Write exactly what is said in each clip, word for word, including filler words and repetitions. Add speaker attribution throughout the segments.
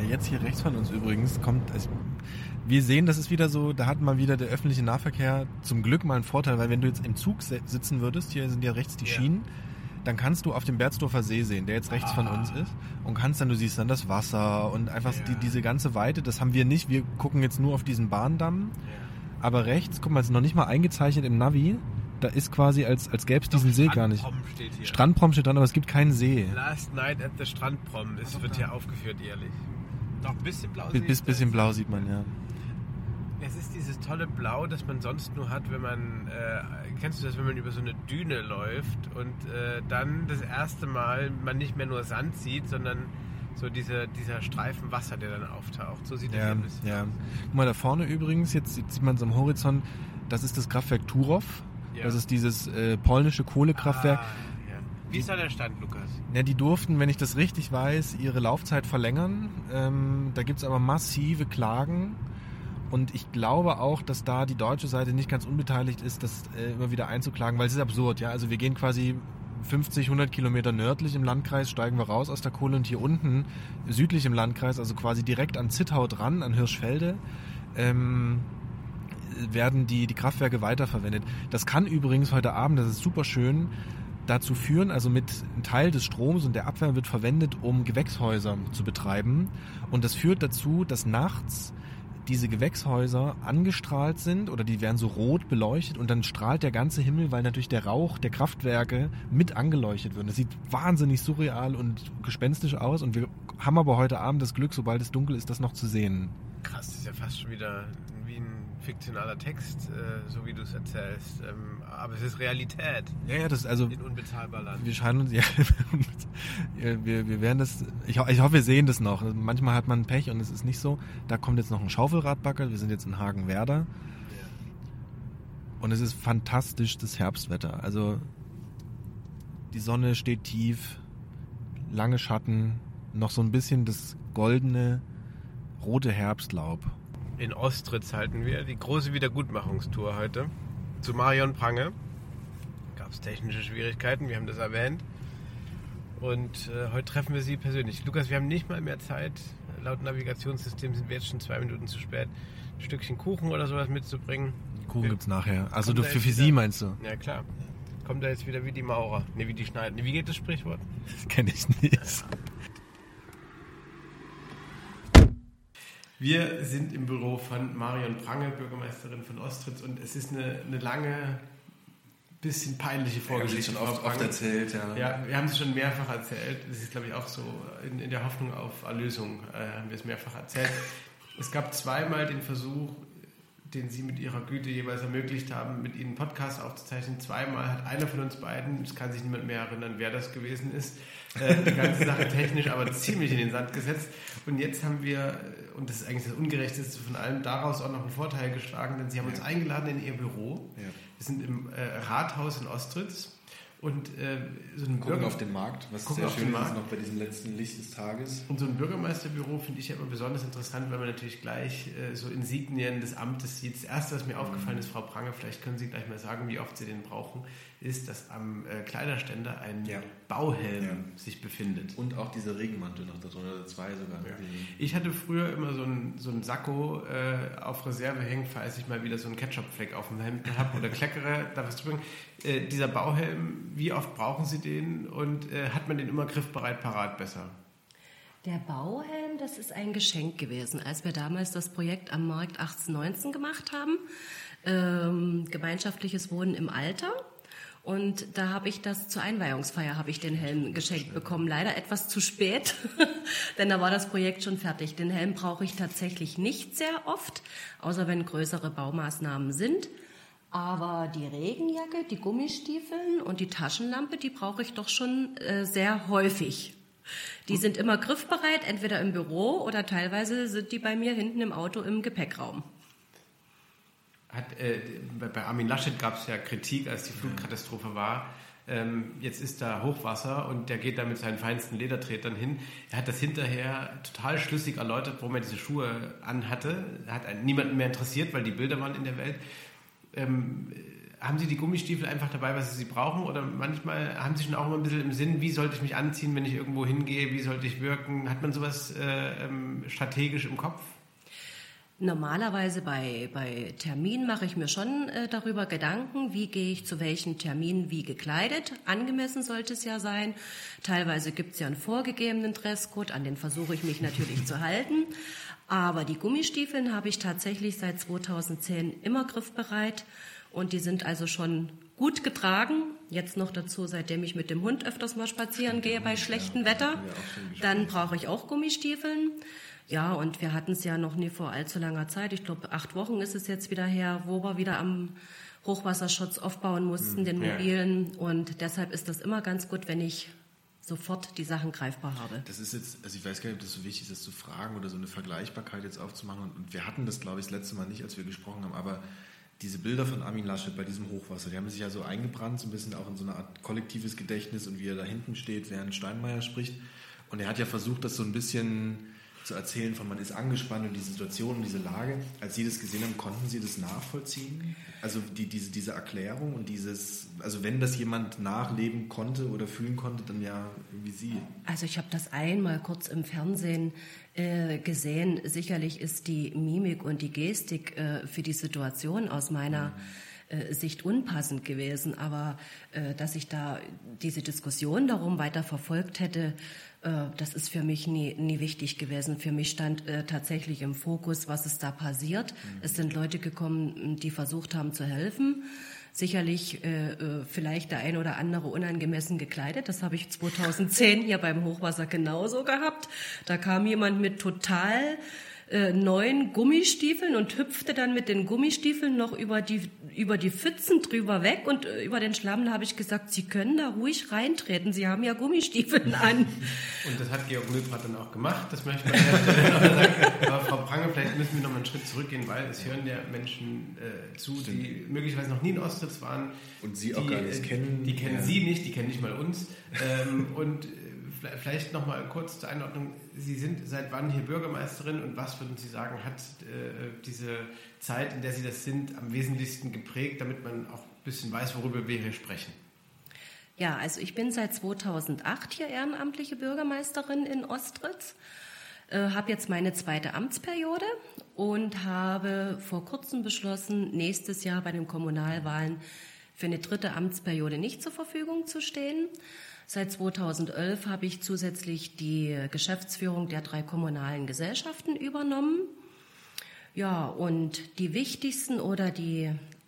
Speaker 1: jetzt hier rechts von uns übrigens kommt, also wir sehen, das ist wieder so, da hat mal wieder der öffentliche Nahverkehr zum Glück mal einen Vorteil, weil wenn du jetzt im Zug sitzen würdest, hier sind ja rechts die Schienen, ja. Dann kannst du auf dem Berzdorfer See sehen, der jetzt rechts ah. von uns ist, und kannst dann, du siehst dann das Wasser und einfach ja. die, diese ganze Weite, das haben wir nicht, wir gucken jetzt nur auf diesen Bahndamm, ja. aber rechts, guck mal, es ist noch nicht mal eingezeichnet im Navi, da ist quasi, als, als gäbe es diesen See gar nicht.
Speaker 2: Steht hier.
Speaker 1: Strandprom steht dran, aber es gibt keinen See.
Speaker 2: Last Night at the Strandprom, das wird hier aufgeführt, ehrlich. Doch, ein bisschen blau sieht man.
Speaker 1: Bis bisschen blau sieht man, ja.
Speaker 2: Es ist dieses tolle Blau, das man sonst nur hat, wenn man, äh, kennst du das, wenn man über so eine Düne läuft und äh, dann das erste Mal man nicht mehr nur Sand sieht, sondern so diese, dieser Streifen Wasser, der dann auftaucht. So sieht das
Speaker 1: ja,
Speaker 2: hier ein bisschen
Speaker 1: ja.
Speaker 2: aus.
Speaker 1: Guck mal, da vorne übrigens, jetzt, jetzt sieht man es am Horizont, das ist das Kraftwerk Turów. Ja. Das ist dieses äh, polnische Kohlekraftwerk.
Speaker 2: Ah, ja. Wie ist da der Stand, Lukas?
Speaker 1: Ja, die durften, wenn ich das richtig weiß, ihre Laufzeit verlängern. Ähm, da gibt es aber massive Klagen. Und ich glaube auch, dass da die deutsche Seite nicht ganz unbeteiligt ist, das äh, immer wieder einzuklagen, weil es ist absurd. Ja? Also wir gehen quasi fünfzig, hundert Kilometer nördlich im Landkreis, steigen wir raus aus der Kohle, und hier unten, südlich im Landkreis, also quasi direkt an Zittau dran, an Hirschfelde, ähm, werden die, die Kraftwerke weiterverwendet. Das kann übrigens heute Abend, das ist super schön, dazu führen, also mit einem Teil des Stroms und der Abwärme wird verwendet, um Gewächshäuser zu betreiben. Und das führt dazu, dass nachts diese Gewächshäuser angestrahlt sind oder die werden so rot beleuchtet und dann strahlt der ganze Himmel, weil natürlich der Rauch der Kraftwerke mit angeleuchtet wird. Das sieht wahnsinnig surreal und gespenstisch aus, und wir haben aber heute Abend das Glück, sobald es dunkel ist, das noch zu sehen.
Speaker 2: Krass, das ist ja fast schon wieder wie ein fiktionaler Text, äh, so wie du es erzählst. Ähm, aber es ist Realität.
Speaker 1: Ja, ja, das also.
Speaker 2: In unbezahlbar Land.
Speaker 1: Wir scheinen uns, ja, wir, wir werden das, ich, ich hoffe, wir sehen das noch. Manchmal hat man Pech und es ist nicht so. Da kommt jetzt noch ein Schaufelradbagger. Wir sind jetzt in Hagenwerder. Ja. Und es ist fantastisch, das Herbstwetter. Also, die Sonne steht tief, lange Schatten, noch so ein bisschen das goldene, rote Herbstlaub.
Speaker 2: In Ostritz halten wir die große Wiedergutmachungstour heute zu Marion Prange. Gab es technische Schwierigkeiten, wir haben das erwähnt. Und äh, heute treffen wir sie persönlich. Lukas, wir haben nicht mal mehr Zeit. Laut Navigationssystem sind wir jetzt schon zwei Minuten zu spät, ein Stückchen Kuchen oder sowas mitzubringen.
Speaker 1: Kuchen gibt es nachher. Also du für, für sie meinst du?
Speaker 2: Ja, klar. Kommt da jetzt wieder wie die Maurer. Ne, wie die Schneiden. Wie geht das Sprichwort?
Speaker 1: Das kenne ich nicht.
Speaker 2: Wir sind im Büro von Marion Prange, Bürgermeisterin von Ostritz, und es ist eine, eine lange, bisschen peinliche Vorgeschichte.
Speaker 1: Ja, schon oft, oft erzählt, ja.
Speaker 2: Ja, wir haben es schon mehrfach erzählt. Das ist, glaube ich, auch so in, in der Hoffnung auf Erlösung äh, haben wir es mehrfach erzählt. Es gab zweimal den Versuch, den Sie mit Ihrer Güte jeweils ermöglicht haben, mit Ihnen einen Podcast aufzuzeichnen. Zweimal hat einer von uns beiden, es kann sich niemand mehr erinnern, wer das gewesen ist, äh, die ganze Sache technisch aber ziemlich in den Sand gesetzt. Und jetzt haben wir, und das ist eigentlich das Ungerechteste von allem, daraus auch noch einen Vorteil geschlagen, denn Sie haben uns ja. eingeladen in Ihr Büro. Ja. Wir sind im äh, Rathaus in Ostritz. Und äh, so ein
Speaker 1: gucken Bürger- auf den Markt, was sehr schön ist, noch bei diesem letzten Licht des Tages.
Speaker 2: Und so ein Bürgermeisterbüro finde ich ja immer besonders interessant, weil man natürlich gleich äh, so Insignien des Amtes sieht. Das Erste, was mir mhm. aufgefallen ist, Frau Prange, vielleicht können Sie gleich mal sagen, wie oft Sie den brauchen, ist, dass am äh, Kleiderständer ein ja. Bauhelm ja. sich befindet.
Speaker 1: Und auch dieser Regenmantel noch da drin, oder zwei sogar. Ja.
Speaker 2: Ich hatte früher immer so ein, so ein Sakko äh, auf Reserve hängen, falls ich mal wieder so einen Ketchupfleck auf dem Hemd habe oder kleckere, da was zu bringen. Äh, dieser Bauhelm, wie oft brauchen Sie den und äh, hat man den immer griffbereit parat besser?
Speaker 3: Der Bauhelm, das ist ein Geschenk gewesen, als wir damals das Projekt am Markt achtzehn neunzehn gemacht haben. Ähm, gemeinschaftliches Wohnen im Alter. Und da habe ich das zur Einweihungsfeier habe ich den Helm geschenkt bekommen. Leider etwas zu spät, denn da war das Projekt schon fertig. Den Helm brauche ich tatsächlich nicht sehr oft, außer wenn größere Baumaßnahmen sind. Aber die Regenjacke, die Gummistiefeln und die Taschenlampe, die brauche ich doch schon äh, sehr häufig. Die sind immer griffbereit, entweder im Büro oder teilweise sind die bei mir hinten im Auto im Gepäckraum.
Speaker 2: Hat, äh, bei Armin Laschet gab es ja Kritik, als die Flutkatastrophe war. Ähm, jetzt ist da Hochwasser und der geht da mit seinen feinsten Ledertretern hin. Er hat das hinterher total schlüssig erläutert, warum er diese Schuhe anhatte. Hat niemanden mehr interessiert, weil die Bilder waren in der Welt. Ähm, haben Sie die Gummistiefel einfach dabei, was Sie brauchen? Oder manchmal haben Sie schon auch immer ein bisschen im Sinn, wie sollte ich mich anziehen, wenn ich irgendwo hingehe? Wie sollte ich wirken? Hat man sowas äh, ähm, strategisch im Kopf?
Speaker 3: Normalerweise bei, bei Terminen mache ich mir schon äh, darüber Gedanken, wie gehe ich zu welchen Terminen wie gekleidet. Angemessen sollte es ja sein. Teilweise gibt es ja einen vorgegebenen Dresscode, an den versuche ich mich natürlich zu halten. Aber die Gummistiefeln habe ich tatsächlich seit zweitausendzehn immer griffbereit und die sind also schon gut getragen. Jetzt noch dazu, seitdem ich mit dem Hund öfters mal spazieren gehe bei schlechtem Wetter, dann brauche ich auch Gummistiefeln. Ja, und wir hatten es ja noch nie vor allzu langer Zeit. Ich glaube, acht Wochen ist es jetzt wieder her, wo wir wieder am Hochwasserschutz aufbauen mussten, den mobilen. Und deshalb ist das immer ganz gut, wenn ich sofort die Sachen greifbar habe.
Speaker 1: Das ist jetzt, also ich weiß gar nicht, ob das so wichtig ist, das zu fragen oder so eine Vergleichbarkeit jetzt aufzumachen. Und wir hatten das, glaube ich, das letzte Mal nicht, als wir gesprochen haben, aber diese Bilder von Armin Laschet bei diesem Hochwasser, die haben sich ja so eingebrannt, so ein bisschen auch in so eine Art kollektives Gedächtnis und wie er da hinten steht, während Steinmeier spricht. Und er hat ja versucht, das so ein bisschen zu erzählen von, man ist angespannt und die Situation und diese Lage. Als Sie das gesehen haben, konnten Sie das nachvollziehen? Also die, diese, diese Erklärung und dieses, also wenn das jemand nachleben konnte oder fühlen konnte, dann ja wie Sie.
Speaker 3: Also ich habe das einmal kurz im Fernsehen äh, gesehen. Sicherlich ist die Mimik und die Gestik äh, für die Situation aus meiner äh, Sicht unpassend gewesen. Aber äh, dass ich da diese Diskussion darum weiter verfolgt hätte, das ist für mich nie, nie wichtig gewesen. Für mich stand äh, tatsächlich im Fokus, was ist da passiert. Mhm. Es sind Leute gekommen, die versucht haben zu helfen. Sicherlich äh, vielleicht der ein oder andere unangemessen gekleidet. Das habe ich zweitausendzehn hier beim Hochwasser genauso gehabt. Da kam jemand mit total äh, neuen Gummistiefeln und hüpfte dann mit den Gummistiefeln noch über die, über die Pfützen drüber weg und äh, über den Schlamm. Da habe ich gesagt, Sie können da ruhig reintreten, Sie haben ja Gummistiefeln an.
Speaker 2: Und das hat Georg Milbrat dann auch gemacht, das möchte man ja sagen. Aber Frau Prange, vielleicht müssen wir noch mal einen Schritt zurückgehen, weil es hören ja Menschen äh, zu, Stimmt. die möglicherweise noch nie in Ostritz waren.
Speaker 1: Und Sie auch die, gar nicht kennen.
Speaker 2: Die kennen ja. Sie nicht, die kennen nicht mal uns. Ähm, und vielleicht noch mal kurz zur Einordnung. Sie sind seit wann hier Bürgermeisterin und was würden Sie sagen, hat äh, diese Zeit, in der Sie das sind, am wesentlichsten geprägt, damit man auch ein bisschen weiß, worüber wir hier sprechen?
Speaker 3: Ja, also ich bin seit zweitausendacht hier ehrenamtliche Bürgermeisterin in Ostritz, äh, habe jetzt meine zweite Amtsperiode und habe vor kurzem beschlossen, nächstes Jahr bei den Kommunalwahlen für eine dritte Amtsperiode nicht zur Verfügung zu stehen. Seit zweitausendelf habe ich zusätzlich die Geschäftsführung der drei kommunalen Gesellschaften übernommen. Ja, und die wichtigsten oder die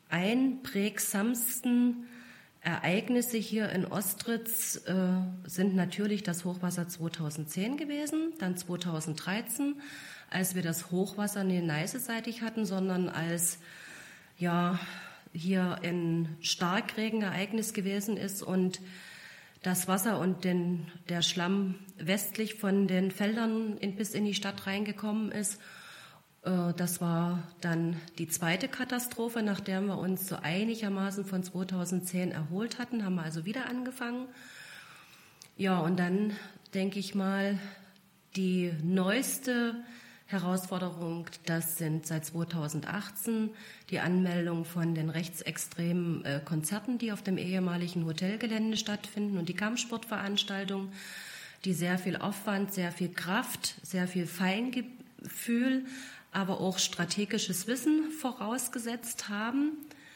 Speaker 3: einprägsamsten Ereignisse hier in Ostritz äh, sind natürlich das Hochwasser zweitausendzehn gewesen, dann zweitausenddreizehn, als wir das Hochwasser nicht neiseseitig hatten, sondern als ja hier ein Starkregenereignis gewesen ist und das Wasser und den, der Schlamm westlich von den Feldern in, bis in die Stadt reingekommen ist. Äh, das war dann die zweite Katastrophe, nachdem wir uns so einigermaßen von zweitausendzehn erholt hatten, haben wir also wieder angefangen. Ja, und dann denke ich mal, die neueste Herausforderung, das sind seit zweitausendachtzehn die Anmeldung von den rechtsextremen äh, Konzerten, die auf dem ehemaligen Hotelgelände stattfinden und die Kampfsportveranstaltungen, die sehr viel Aufwand, sehr viel Kraft, sehr viel Feingefühl, aber auch strategisches Wissen vorausgesetzt haben.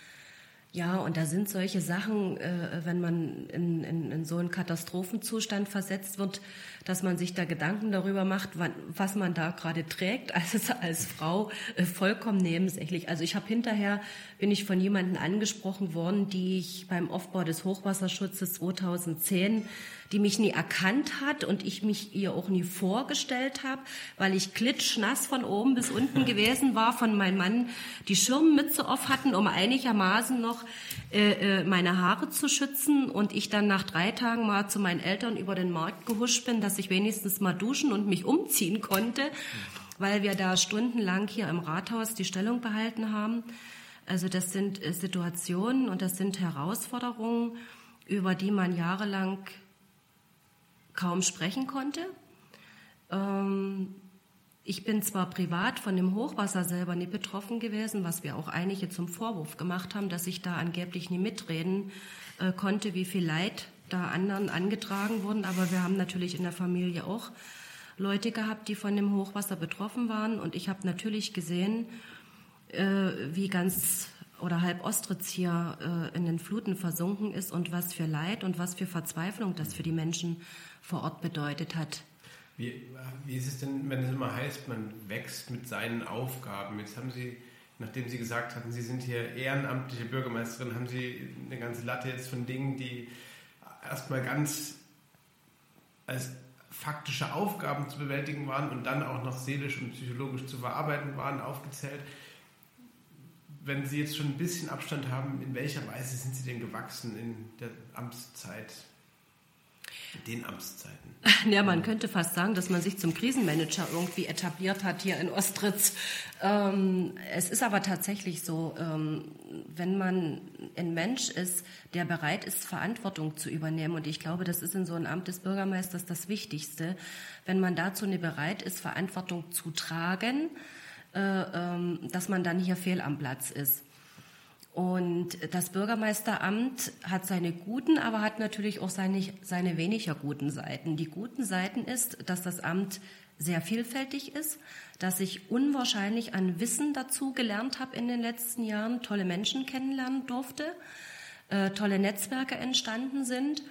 Speaker 3: Ja, und da sind solche Sachen, äh, wenn man in, in, in so einen Katastrophenzustand versetzt wird, dass man sich da Gedanken darüber macht, wann, was man da gerade trägt, als, als Frau äh, vollkommen nebensächlich. Also ich habe hinterher, bin ich von jemandem angesprochen worden, die ich beim Aufbau des Hochwasserschutzes zweitausendzehn, die mich nie erkannt hat und ich mich ihr auch nie vorgestellt habe, weil ich klitschnass von oben bis unten gewesen war, von meinem Mann die Schirmmütze auf hatten, um einigermaßen noch äh, meine Haare zu schützen und ich dann nach drei Tagen mal zu meinen Eltern über den Markt gehuscht bin, dass ich wenigstens mal duschen und mich umziehen konnte, weil wir da stundenlang hier im Rathaus die Stellung behalten haben. Also das sind äh, Situationen und das sind Herausforderungen, über die man jahrelang kaum sprechen konnte. Ähm, Ich bin zwar privat von dem Hochwasser selber nicht betroffen gewesen, was wir auch einige zum Vorwurf gemacht haben, dass ich da angeblich nie mitreden äh, konnte, wie viel Leid da anderen angetragen wurden. Aber wir haben natürlich in der Familie auch Leute gehabt, die von dem Hochwasser betroffen waren. Und ich habe natürlich gesehen, äh, wie ganz oder halb Ostritz hier äh, in den Fluten versunken ist und was für Leid und was für Verzweiflung das für die Menschen vor Ort bedeutet hat.
Speaker 2: Wie, wie ist es denn, wenn es immer heißt, man wächst mit seinen Aufgaben? Jetzt haben Sie, nachdem Sie gesagt hatten, Sie sind hier ehrenamtliche Bürgermeisterin, haben Sie eine ganze Latte jetzt von Dingen, die erstmal ganz als faktische Aufgaben zu bewältigen waren und dann auch noch seelisch und psychologisch zu verarbeiten waren, aufgezählt. Wenn Sie jetzt schon ein bisschen Abstand haben, in welcher Weise sind Sie denn gewachsen in der Amtszeit, in den Amtszeiten?
Speaker 3: Ja, man könnte fast sagen, dass man sich zum Krisenmanager irgendwie etabliert hat hier in Ostritz. Ähm, es ist aber tatsächlich so, ähm, wenn man ein Mensch ist, der bereit ist, Verantwortung zu übernehmen, und ich glaube, das ist in so einem Amt des Bürgermeisters das Wichtigste, wenn man dazu nicht bereit ist, Verantwortung zu tragen, äh, ähm, dass man dann hier fehl am Platz ist. Und das Bürgermeisteramt hat seine guten, aber hat natürlich auch seine, seine weniger guten Seiten. Die guten Seiten ist, dass das Amt sehr vielfältig ist, dass ich unwahrscheinlich an Wissen dazu gelernt habe in den letzten Jahren, tolle Menschen kennenlernen durfte, äh, tolle Netzwerke entstanden sind.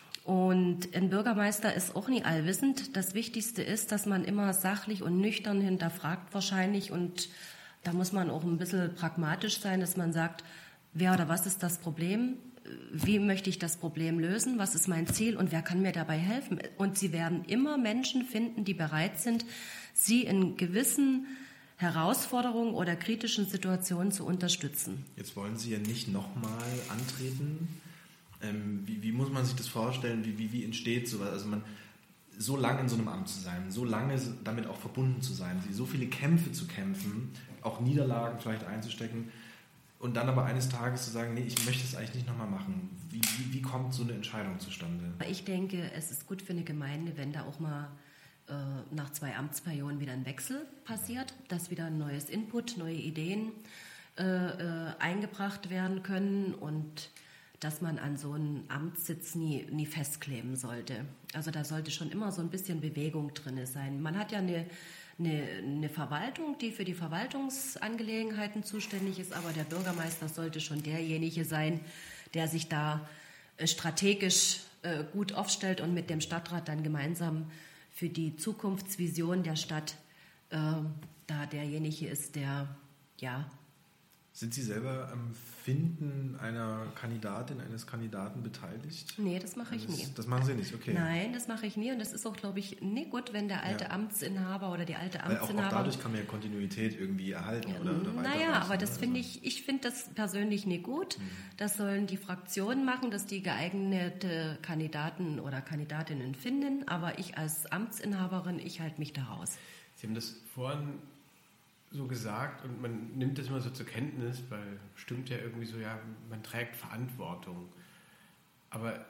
Speaker 3: Und ein Bürgermeister ist auch nie allwissend. Das Wichtigste ist, dass man immer sachlich und nüchtern hinterfragt wahrscheinlich, und da muss man auch ein bisschen pragmatisch sein, dass man sagt, wer oder was ist das Problem, wie möchte ich das Problem lösen, was ist mein Ziel und wer kann mir dabei helfen. Und Sie werden immer Menschen finden, die bereit sind, Sie in gewissen Herausforderungen oder kritischen Situationen zu unterstützen.
Speaker 4: Jetzt wollen Sie ja nicht nochmal antreten. Ähm, wie, wie muss man sich das vorstellen? Wie, wie, wie entsteht sowas? Also man, so lange in so einem Amt zu sein, so lange damit auch verbunden zu sein, so viele Kämpfe zu kämpfen, auch Niederlagen vielleicht einzustecken und dann aber eines Tages zu sagen, nee, ich möchte es eigentlich nicht nochmal machen. Wie, wie, wie kommt so eine Entscheidung zustande?
Speaker 3: Ich denke, es ist gut für eine Gemeinde, wenn da auch mal äh, nach zwei Amtsperioden wieder ein Wechsel passiert, dass wieder ein neues Input, neue Ideen äh, äh, eingebracht werden können und dass man an so einen Amtssitz nie, nie festkleben sollte. Also da sollte schon immer so ein bisschen Bewegung drin sein. Man hat ja eine, eine, eine Verwaltung, die für die Verwaltungsangelegenheiten zuständig ist, aber der Bürgermeister sollte schon derjenige sein, der sich da strategisch äh, gut aufstellt und mit dem Stadtrat dann gemeinsam für die Zukunftsvision der Stadt äh, da derjenige ist, der, ja...
Speaker 4: Sind Sie selber am Finden einer Kandidatin, eines Kandidaten beteiligt?
Speaker 3: Nee, das mache ich
Speaker 4: das,
Speaker 3: nie.
Speaker 4: Das machen Sie nicht, okay.
Speaker 3: Nein, das mache ich nie und das ist auch, glaube ich, nicht gut, wenn der alte ja. Amtsinhaber oder die alte
Speaker 4: Weil
Speaker 3: Amtsinhaber...
Speaker 4: Auch, auch dadurch kann man ja Kontinuität irgendwie erhalten ja, oder, oder
Speaker 3: Naja, aber das finde ich, ich finde das persönlich nicht gut. Mhm. Das sollen die Fraktionen machen, dass die geeignete Kandidaten oder Kandidatinnen finden, aber ich als Amtsinhaberin, ich halte mich da raus.
Speaker 2: Sie haben das vorhin so gesagt und man nimmt das immer so zur Kenntnis, weil stimmt ja irgendwie so, ja, man trägt Verantwortung. Aber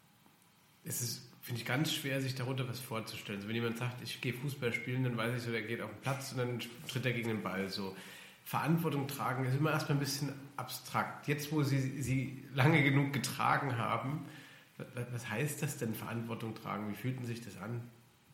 Speaker 2: es ist, finde ich, ganz schwer, sich darunter was vorzustellen. Also wenn jemand sagt, ich gehe Fußball spielen, dann weiß ich so, der geht auf den Platz und dann tritt er gegen den Ball. So Verantwortung tragen ist immer erstmal ein bisschen abstrakt. Jetzt, wo Sie sie lange genug getragen haben, was heißt das denn, Verantwortung tragen? Wie fühlt sich das an?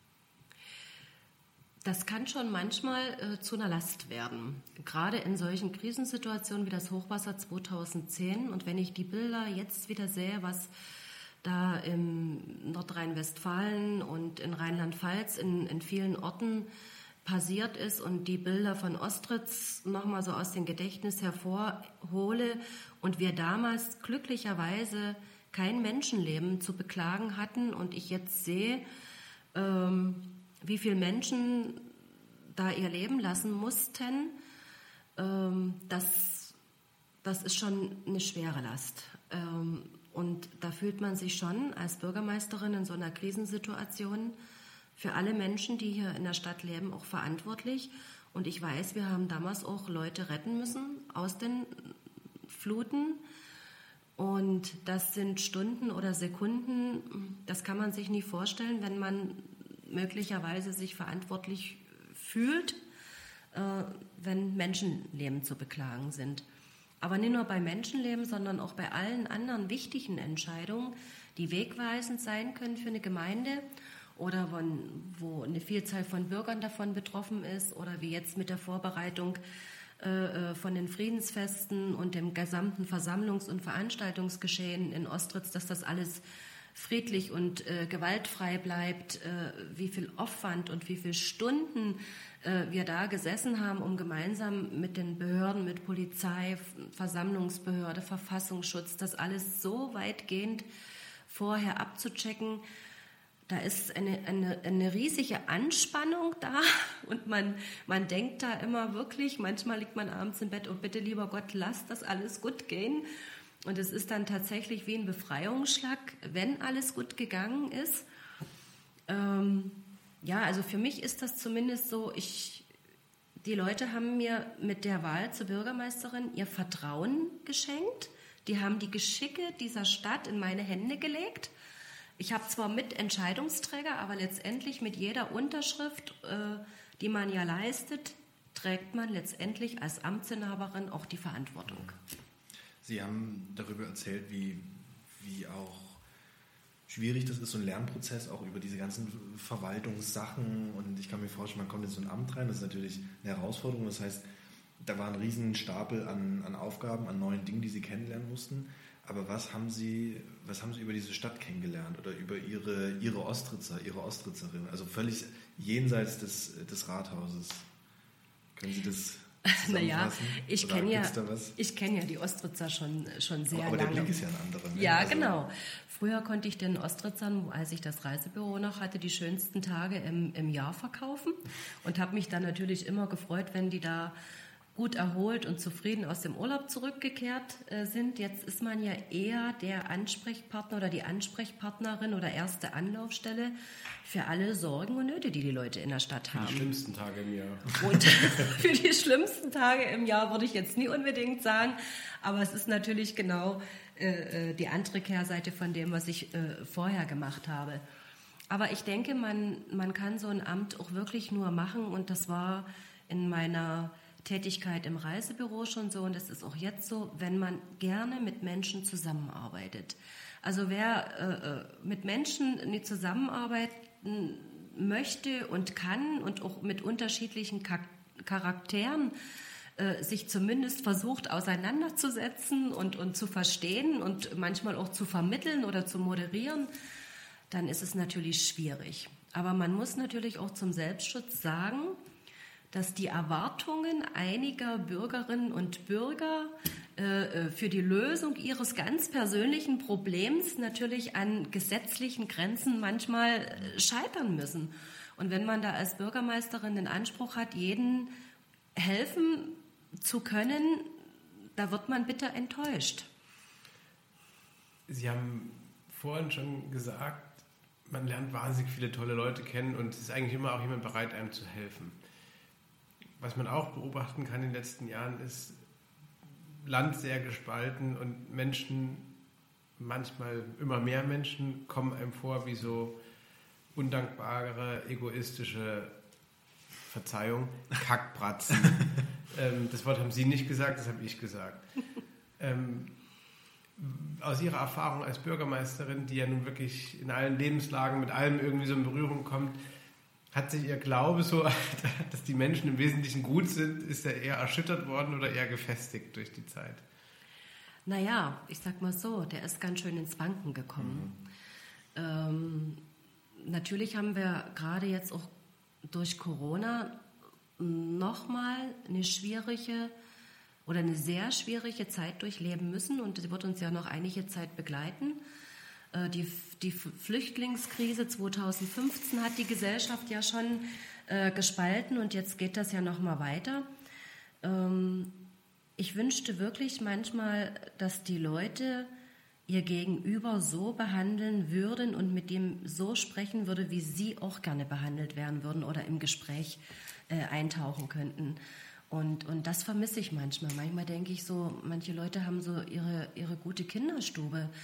Speaker 3: Das kann schon manchmal äh, zu einer Last werden, gerade in solchen Krisensituationen wie das Hochwasser zweitausendzehn. Und wenn ich die Bilder jetzt wieder sehe, was da im Nordrhein-Westfalen und in Rheinland-Pfalz in, in vielen Orten passiert ist und die Bilder von Ostritz nochmal so aus dem Gedächtnis hervorhole und wir damals glücklicherweise kein Menschenleben zu beklagen hatten und ich jetzt sehe, ähm, wie viele Menschen da ihr Leben lassen mussten, ähm, das, das ist schon eine schwere Last. Ähm, und da fühlt man sich schon als Bürgermeisterin in so einer Krisensituation für alle Menschen, die hier in der Stadt leben, auch verantwortlich. Und ich weiß, wir haben damals auch Leute retten müssen aus den Fluten. Und das sind Stunden oder Sekunden, das kann man sich nie vorstellen, wenn man möglicherweise sich verantwortlich fühlt, äh, wenn Menschenleben zu beklagen sind. Aber nicht nur bei Menschenleben, sondern auch bei allen anderen wichtigen Entscheidungen, die wegweisend sein können für eine Gemeinde oder von, wo eine Vielzahl von Bürgern davon betroffen ist oder wie jetzt mit der Vorbereitung äh, von den Friedensfesten und dem gesamten Versammlungs- und Veranstaltungsgeschehen in Ostritz, dass das alles friedlich und äh, gewaltfrei bleibt, äh, wie viel Aufwand und wie viele Stunden äh, wir da gesessen haben, um gemeinsam mit den Behörden, mit Polizei, Versammlungsbehörde, Verfassungsschutz, das alles so weitgehend vorher abzuchecken. Da ist eine, eine, eine riesige Anspannung da und man, man denkt da immer wirklich, manchmal liegt man abends im Bett, oh bitte lieber Gott, lass das alles gut gehen. Und es ist dann tatsächlich wie ein Befreiungsschlag, wenn alles gut gegangen ist. Ähm, ja, also für mich ist das zumindest so, ich, die Leute haben mir mit der Wahl zur Bürgermeisterin ihr Vertrauen geschenkt. Die haben die Geschicke dieser Stadt in meine Hände gelegt. Ich habe zwar Mitentscheidungsträger, aber letztendlich mit jeder Unterschrift, äh, die man ja leistet, trägt man letztendlich als Amtsinhaberin auch die Verantwortung.
Speaker 4: Sie haben darüber erzählt, wie, wie auch schwierig das ist, so ein Lernprozess, auch über diese ganzen Verwaltungssachen. Und ich kann mir vorstellen, man kommt in so ein Amt rein, das ist natürlich eine Herausforderung. Das heißt, da war ein riesen Stapel an, an Aufgaben, an neuen Dingen, die Sie kennenlernen mussten. Aber was haben Sie, was haben Sie über diese Stadt kennengelernt oder über Ihre, Ihre Ostritzer, Ihre Ostritzerin? Also völlig jenseits des, des Rathauses. Können Sie das...
Speaker 3: Naja, ich kenne ja, ich kenn ja die Ostritzer schon, schon sehr
Speaker 4: aber
Speaker 3: lange.
Speaker 4: Aber der Blick ist ja ein anderer. Ne?
Speaker 3: Ja,
Speaker 4: also
Speaker 3: genau. Früher konnte ich den Ostritzern, als ich das Reisebüro noch hatte, die schönsten Tage im, im Jahr verkaufen und habe mich dann natürlich immer gefreut, wenn die da gut erholt und zufrieden aus dem Urlaub zurückgekehrt äh, sind. Jetzt ist man ja eher der Ansprechpartner oder die Ansprechpartnerin oder erste Anlaufstelle für alle Sorgen und Nöte, die die Leute in der Stadt haben.
Speaker 2: Für die schlimmsten Tage im Jahr.
Speaker 3: Und für die schlimmsten Tage im Jahr würde ich jetzt nie unbedingt sagen, aber es ist natürlich genau äh, die andere Kehrseite von dem, was ich äh, vorher gemacht habe. Aber ich denke, man, man kann so ein Amt auch wirklich nur machen und das war in meiner Tätigkeit im Reisebüro schon so und das ist auch jetzt so, wenn man gerne mit Menschen zusammenarbeitet. Also wer äh, mit Menschen nicht zusammenarbeiten möchte und kann und auch mit unterschiedlichen Ka- Charakteren äh, sich zumindest versucht auseinanderzusetzen und, und zu verstehen und manchmal auch zu vermitteln oder zu moderieren, dann ist es natürlich schwierig. Aber man muss natürlich auch zum Selbstschutz sagen, dass die Erwartungen einiger Bürgerinnen und Bürger äh, für die Lösung ihres ganz persönlichen Problems natürlich an gesetzlichen Grenzen manchmal äh, scheitern müssen. Und wenn man da als Bürgermeisterin den Anspruch hat, jeden helfen zu können, da wird man bitter enttäuscht.
Speaker 2: Sie haben vorhin schon gesagt, man lernt wahnsinnig viele tolle Leute kennen und es ist eigentlich immer auch jemand bereit, einem zu helfen. Was man auch beobachten kann in den letzten Jahren ist, Land sehr gespalten und Menschen, manchmal immer mehr Menschen, kommen einem vor wie so undankbare, egoistische, Verzeihung, Kackbratzen. ähm, das Wort haben Sie nicht gesagt, das habe ich gesagt. Ähm, aus Ihrer Erfahrung als Bürgermeisterin, die ja nun wirklich in allen Lebenslagen mit allem irgendwie so in Berührung kommt, hat sich Ihr Glaube so, dass die Menschen im Wesentlichen gut sind, ist er eher erschüttert worden oder eher gefestigt durch die Zeit?
Speaker 3: Naja, ich sag mal so, der ist ganz schön ins Wanken gekommen. Mhm. Ähm, natürlich haben wir gerade jetzt auch durch Corona nochmal eine schwierige oder eine sehr schwierige Zeit durchleben müssen und sie wird uns ja noch einige Zeit begleiten. Die, die Flüchtlingskrise zweitausendfünfzehn hat die Gesellschaft ja schon äh, gespalten und jetzt geht das ja noch mal weiter. Ähm, ich wünschte wirklich manchmal, dass die Leute ihr Gegenüber so behandeln würden und mit dem so sprechen würde, wie sie auch gerne behandelt werden würden oder im Gespräch äh, eintauchen könnten. Und, und das vermisse ich manchmal. Manchmal denke ich so, manche Leute haben so ihre, ihre gute Kinderstube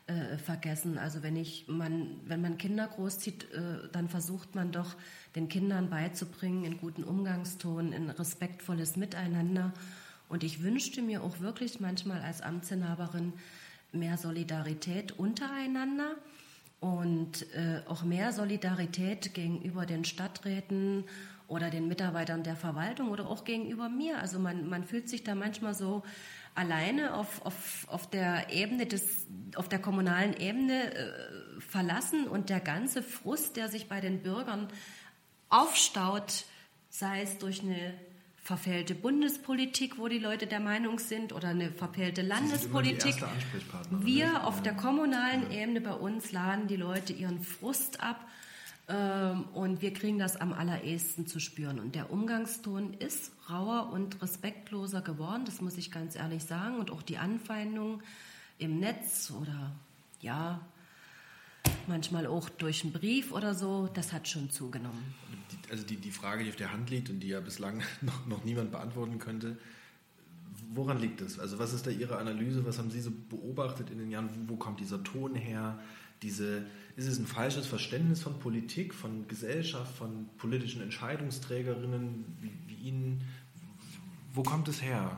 Speaker 3: äh, vergessen. Also wenn ich man, wenn man Kinder großzieht, äh, dann versucht man doch den Kindern beizubringen, in guten Umgangston, in respektvolles Miteinander. Und ich wünschte mir auch wirklich manchmal als Amtsinhaberin mehr Solidarität untereinander und äh, auch mehr Solidarität gegenüber den Stadträten oder den Mitarbeitern der Verwaltung oder auch gegenüber mir. Also man, man fühlt sich da manchmal so alleine auf, auf, auf der Ebene des, auf der kommunalen Ebene äh, verlassen und der ganze Frust, der sich bei den Bürgern aufstaut, sei es durch eine verfehlte Bundespolitik, wo die Leute der Meinung sind, oder eine verfehlte Landespolitik. Wir auf der kommunalen Ebene bei uns laden die Leute ihren Frust ab ähm, und wir kriegen das am allerersten zu spüren. Und der Umgangston ist rauer und respektloser geworden, das muss ich ganz ehrlich sagen. Und auch die Anfeindungen im Netz oder ja, manchmal auch durch einen Brief oder so, das hat schon zugenommen.
Speaker 4: Also die, die Frage, die auf der Hand liegt und die ja bislang noch, noch niemand beantworten könnte, woran liegt das? Also was ist da Ihre Analyse, was haben Sie so beobachtet in den Jahren, wo, wo kommt dieser Ton her? Diese, ist es ein falsches Verständnis von Politik, von Gesellschaft, von politischen Entscheidungsträgerinnen wie, wie Ihnen? Wo kommt es her?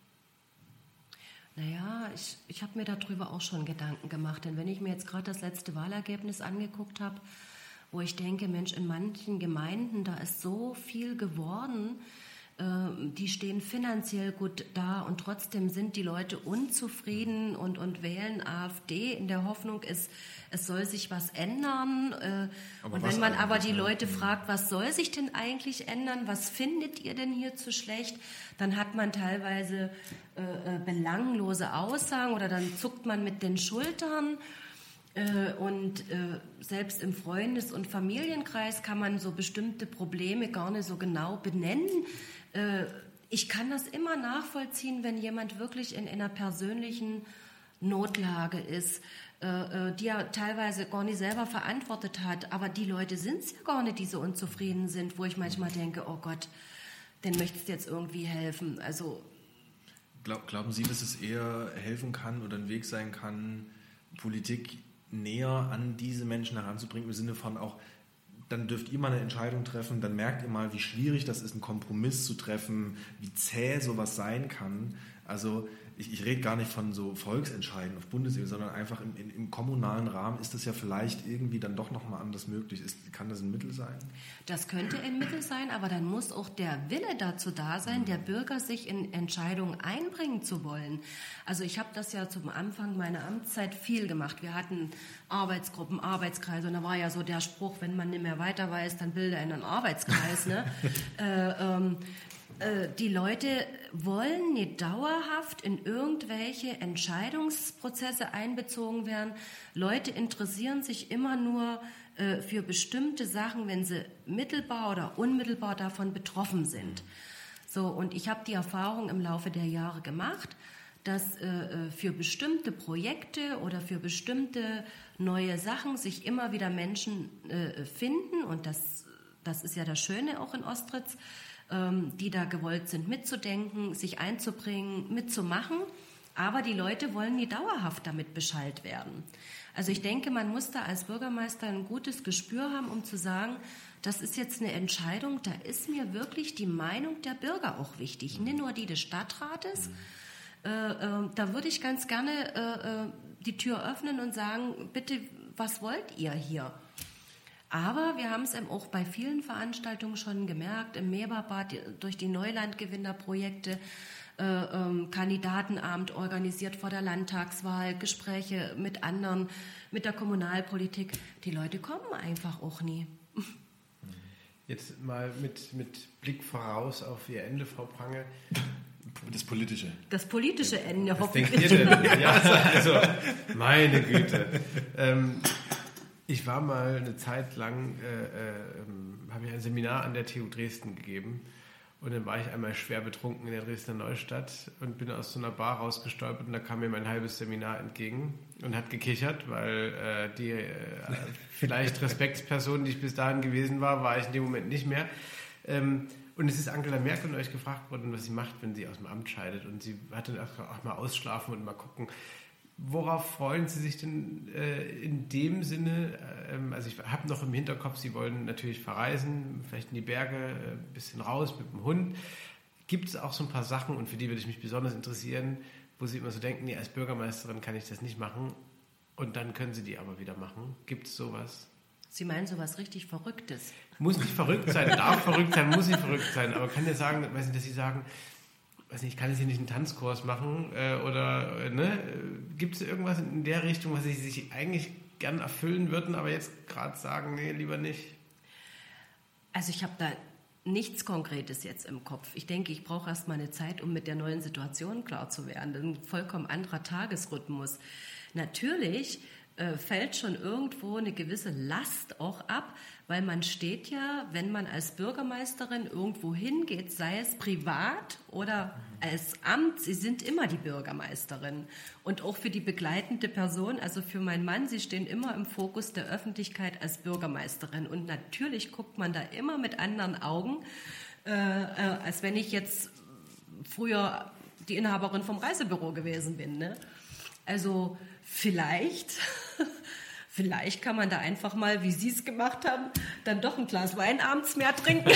Speaker 3: Naja, ich, ich habe mir darüber auch schon Gedanken gemacht. Denn wenn ich mir jetzt gerade das letzte Wahlergebnis angeguckt habe, wo ich denke, Mensch, in manchen Gemeinden, da ist so viel geworden, äh, die stehen finanziell gut da und trotzdem sind die Leute unzufrieden und, und wählen AfD in der Hoffnung, es, es soll sich was ändern. Äh, und wenn man aber die Leute fragt, was soll sich denn eigentlich ändern, was findet ihr denn hier zu schlecht, dann hat man teilweise äh, belanglose Aussagen oder dann zuckt man mit den Schultern. Und äh, selbst im Freundes- und Familienkreis kann man so bestimmte Probleme gar nicht so genau benennen. Äh, ich kann das immer nachvollziehen, wenn jemand wirklich in einer persönlichen Notlage ist, äh, die er teilweise gar nicht selber verantwortet hat. Aber die Leute sind es ja gar nicht, die so unzufrieden sind, wo ich manchmal denke, oh Gott, den möchtest du jetzt irgendwie helfen. Also,
Speaker 4: Glaub, glauben Sie, dass es eher helfen kann oder ein Weg sein kann, Politik näher an diese Menschen heranzubringen, im Sinne von auch, dann dürft ihr mal eine Entscheidung treffen, dann merkt ihr mal, wie schwierig das ist, einen Kompromiss zu treffen, wie zäh sowas sein kann. Also ich, ich rede gar nicht von so Volksentscheiden auf Bundesebene, sondern einfach im, im, im kommunalen Rahmen ist das ja vielleicht irgendwie dann doch nochmal anders möglich. Ist, kann das ein Mittel sein?
Speaker 3: Das könnte ein Mittel sein, aber dann muss auch der Wille dazu da sein, der Bürger sich in Entscheidungen einbringen zu wollen. Also ich habe das ja zum Anfang meiner Amtszeit viel gemacht. Wir hatten Arbeitsgruppen, Arbeitskreise und da war ja so der Spruch, wenn man nicht mehr weiter weiß, dann bilde einen Arbeitskreis. Ne? äh, ähm, Die Leute wollen nicht dauerhaft in irgendwelche Entscheidungsprozesse einbezogen werden. Leute interessieren sich immer nur äh, für bestimmte Sachen, wenn sie mittelbar oder unmittelbar davon betroffen sind. So, und ich habe die Erfahrung im Laufe der Jahre gemacht, dass äh, für bestimmte Projekte oder für bestimmte neue Sachen sich immer wieder Menschen äh, finden. Und das, das ist ja das Schöne auch in Ostritz, die da gewollt sind, mitzudenken, sich einzubringen, mitzumachen. Aber die Leute wollen nie dauerhaft damit beschallt werden. Also ich denke, man muss da als Bürgermeister ein gutes Gespür haben, um zu sagen, das ist jetzt eine Entscheidung, da ist mir wirklich die Meinung der Bürger auch wichtig, nicht nur die des Stadtrates. Äh, äh, da würde ich ganz gerne äh, die Tür öffnen und sagen, bitte, was wollt ihr hier? Aber wir haben es eben auch bei vielen Veranstaltungen schon gemerkt, im Meerbad durch die Neulandgewinnerprojekte, äh, ähm, Kandidatenabend organisiert vor der Landtagswahl, Gespräche mit anderen, mit der Kommunalpolitik. Die Leute kommen einfach auch nie.
Speaker 2: Jetzt mal mit, mit Blick voraus auf Ihr Ende, Frau Prange.
Speaker 4: Das Politische.
Speaker 3: Das politische Ende,
Speaker 2: Was
Speaker 3: hoffentlich.
Speaker 2: denkt ihr denn? Ja, also, meine Güte. Ähm, Ich war mal eine Zeit lang, äh, äh, habe ich ein Seminar an der T U Dresden gegeben und dann war ich einmal schwer betrunken in der Dresdner Neustadt und bin aus so einer Bar rausgestolpert und da kam mir mein halbes Seminar entgegen und hat gekichert, weil äh, die äh, vielleicht Respektsperson, die ich bis dahin gewesen war, war ich in dem Moment nicht mehr. Ähm, und es ist Angela Merkel von euch gefragt worden, was sie macht, wenn sie aus dem Amt scheidet und sie hatte auch mal ausschlafen und mal gucken. worauf freuen Sie sich denn äh, in dem Sinne? Ähm, also ich habe noch im Hinterkopf, Sie wollen natürlich verreisen, vielleicht in die Berge, äh, ein bisschen raus mit dem Hund. Gibt es auch so ein paar Sachen, und für die würde ich mich besonders interessieren, wo Sie immer so denken, nee, als Bürgermeisterin kann ich das nicht machen und dann können Sie die aber wieder machen? Gibt es sowas?
Speaker 3: Sie meinen sowas richtig Verrücktes?
Speaker 2: Muss nicht verrückt sein, darf verrückt sein, muss nicht verrückt sein, aber kann ja sagen, weiß nicht, dass Sie sagen, weiß nicht, ich kann jetzt hier nicht einen Tanzkurs machen äh, oder äh, ne? Gibt es irgendwas in der Richtung, was Sie sich eigentlich gern erfüllen würden, aber jetzt gerade sagen, nee, lieber nicht?
Speaker 3: Also ich habe da nichts Konkretes jetzt im Kopf. Ich denke, ich brauche erst mal eine Zeit, um mit der neuen Situation klar zu werden. Ein vollkommen anderer Tagesrhythmus. Natürlich äh, fällt schon irgendwo eine gewisse Last auch ab, weil man steht ja, wenn man als Bürgermeisterin irgendwo hingeht, sei es privat oder als Amt, Sie sind immer die Bürgermeisterin. Und auch für die begleitende Person, also für meinen Mann, Sie stehen immer im Fokus der Öffentlichkeit als Bürgermeisterin. Und natürlich guckt man da immer mit anderen Augen, äh, äh, als wenn ich jetzt früher die Inhaberin vom Reisebüro gewesen bin. Ne? Also vielleicht... Vielleicht kann man da einfach mal, wie Sie es gemacht haben, dann doch ein Glas Wein abends mehr trinken.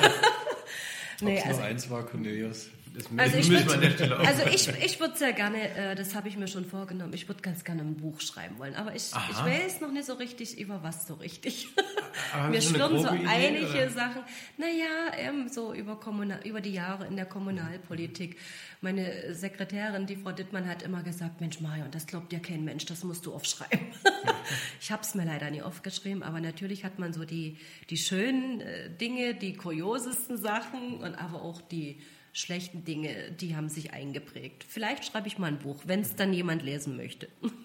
Speaker 4: nee, Ob es also, noch eins war, Cornelius.
Speaker 3: Das also ich würde also ich, ich würde sehr gerne, äh, das habe ich mir schon vorgenommen, ich würde ganz gerne ein Buch schreiben wollen, aber ich, ich weiß noch nicht so richtig, über was so richtig. Mir schwirren so Idee, einige oder? Sachen. Naja, ähm, so über, Kommunal, über die Jahre in der Kommunalpolitik. Meine Sekretärin, die Frau Dittmann, hat immer gesagt, Mensch Marion, das glaubt ja kein Mensch, das musst du aufschreiben. Ich habe es mir leider nie aufgeschrieben, aber natürlich hat man so die, die schönen äh, Dinge, die kuriosesten Sachen und aber auch die schlechten Dinge, die haben sich eingeprägt. Vielleicht schreibe ich mal ein Buch, wenn es dann jemand lesen möchte.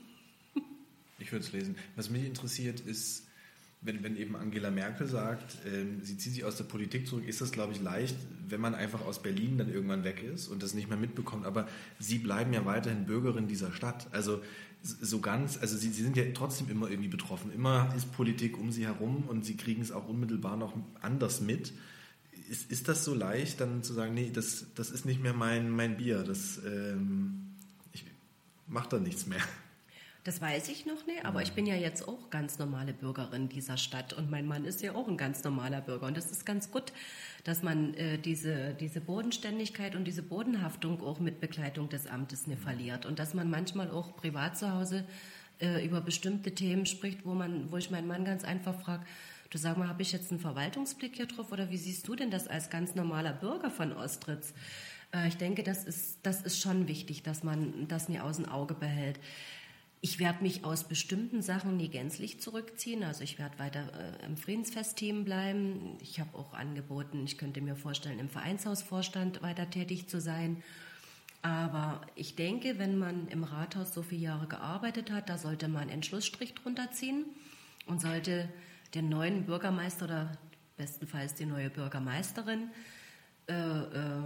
Speaker 4: Ich würde es lesen. Was mich interessiert ist, wenn, wenn eben Angela Merkel sagt, ähm, sie zieht sich aus der Politik zurück, ist das, glaube ich, leicht, wenn man einfach aus Berlin dann irgendwann weg ist und das nicht mehr mitbekommt. Aber Sie bleiben ja weiterhin Bürgerin dieser Stadt. Also so ganz, also Sie, Sie sind ja trotzdem immer irgendwie betroffen. Immer ist Politik um Sie herum und Sie kriegen es auch unmittelbar noch anders mit. Ist, ist das so leicht, dann zu sagen, nee, das, das ist nicht mehr mein, mein Bier, das, ähm, ich mache da nichts mehr?
Speaker 3: Das weiß ich noch nicht, aber ich bin ja jetzt auch ganz normale Bürgerin dieser Stadt und mein Mann ist ja auch ein ganz normaler Bürger und das ist ganz gut, dass man äh, diese, diese Bodenständigkeit und diese Bodenhaftung auch mit Begleitung des Amtes nicht verliert und dass man manchmal auch privat zu Hause äh, über bestimmte Themen spricht, wo, man, wo ich meinen Mann ganz einfach frage, du sag mal, habe ich jetzt einen Verwaltungsblick hier drauf oder wie siehst du denn das als ganz normaler Bürger von Ostritz? Äh, ich denke, das ist, das ist schon wichtig, dass man das nie aus dem Auge behält. Ich werde mich aus bestimmten Sachen nie gänzlich zurückziehen. Also ich werde weiter äh, im Friedensfestteam bleiben. Ich habe auch angeboten, ich könnte mir vorstellen, im Vereinshausvorstand weiter tätig zu sein. Aber ich denke, wenn man im Rathaus so viele Jahre gearbeitet hat, da sollte man einen Schlussstrich drunter ziehen und sollte den neuen Bürgermeister oder bestenfalls die neue Bürgermeisterin äh, äh,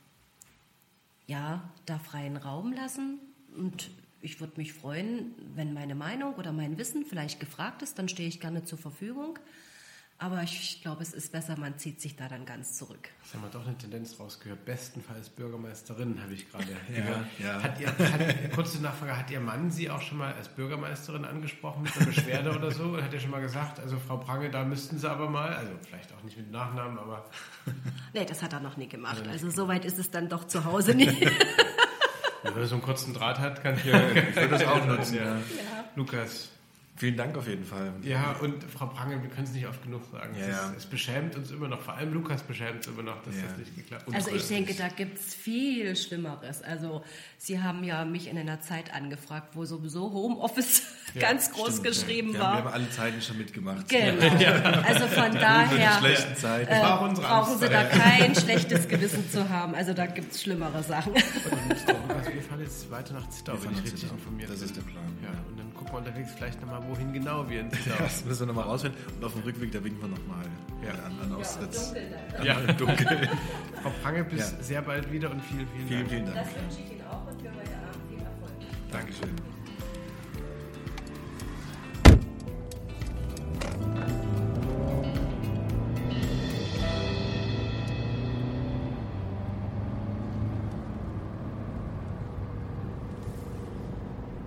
Speaker 3: ja, da freien Raum lassen. Und ich würde mich freuen, wenn meine Meinung oder mein Wissen vielleicht gefragt ist, dann stehe ich gerne zur Verfügung. Aber ich glaube, es ist besser, man zieht sich da dann ganz zurück.
Speaker 2: Jetzt haben wir doch eine Tendenz rausgehört. Bestenfalls Bürgermeisterin, habe ich gerade
Speaker 4: ja,
Speaker 2: gehört.
Speaker 4: Ja.
Speaker 2: Hat ihr, hat, kurze Nachfrage, hat Ihr Mann Sie auch schon mal als Bürgermeisterin angesprochen mit einer Beschwerde oder so? Hat er schon mal gesagt, also Frau Prange, da müssten Sie aber mal, also vielleicht auch nicht mit Nachnamen, aber...
Speaker 3: Nee, das hat er noch nie gemacht. Also so weit ist es dann doch zu Hause nicht.
Speaker 2: Wenn er so einen kurzen Draht hat, kann ich, ja, ich würde das auch nutzen. Ja.
Speaker 3: Ja.
Speaker 2: Lukas.
Speaker 4: Vielen Dank auf jeden Fall.
Speaker 2: Ja, und Frau Prange, wir können es nicht oft genug sagen.
Speaker 4: Ja,
Speaker 2: es,
Speaker 4: ja.
Speaker 2: ist, es beschämt uns immer noch, vor allem Lukas beschämt uns immer noch, dass
Speaker 4: ja.
Speaker 2: das nicht geklappt hat.
Speaker 3: Also ich denke, da gibt es viel Schlimmeres. Also Sie haben ja mich in einer Zeit angefragt, wo sowieso Homeoffice ja, ganz groß
Speaker 4: stimmt,
Speaker 3: geschrieben
Speaker 4: ja.
Speaker 3: war.
Speaker 4: Wir haben alle Zeiten schon mitgemacht.
Speaker 3: Genau. Ja. Also von daher
Speaker 4: Zeit.
Speaker 3: Äh, brauchen Sie da kein schlechtes Gewissen zu haben. Also da gibt es schlimmere Sachen.
Speaker 2: Und Lukas, wir fahren jetzt weiter nach Zittau, wenn ich richtig informiert bin.
Speaker 4: Das ist der Plan.
Speaker 2: Ja, und dann gucken wir unterwegs vielleicht nochmal, wohin genau wir in Zittau.
Speaker 4: Ja, das müssen wir nochmal rausfinden. Und auf dem Rückweg, da winken wir nochmal ja. an, an Austritts.
Speaker 2: Ja, dunkel. Frau Prange, bis ja. sehr bald wieder und vielen, vielen,
Speaker 4: vielen
Speaker 2: Dank.
Speaker 4: Vielen Dank.
Speaker 3: Das wünsche ich Ihnen auch und für heute Abend viel Erfolg.
Speaker 4: Dankeschön.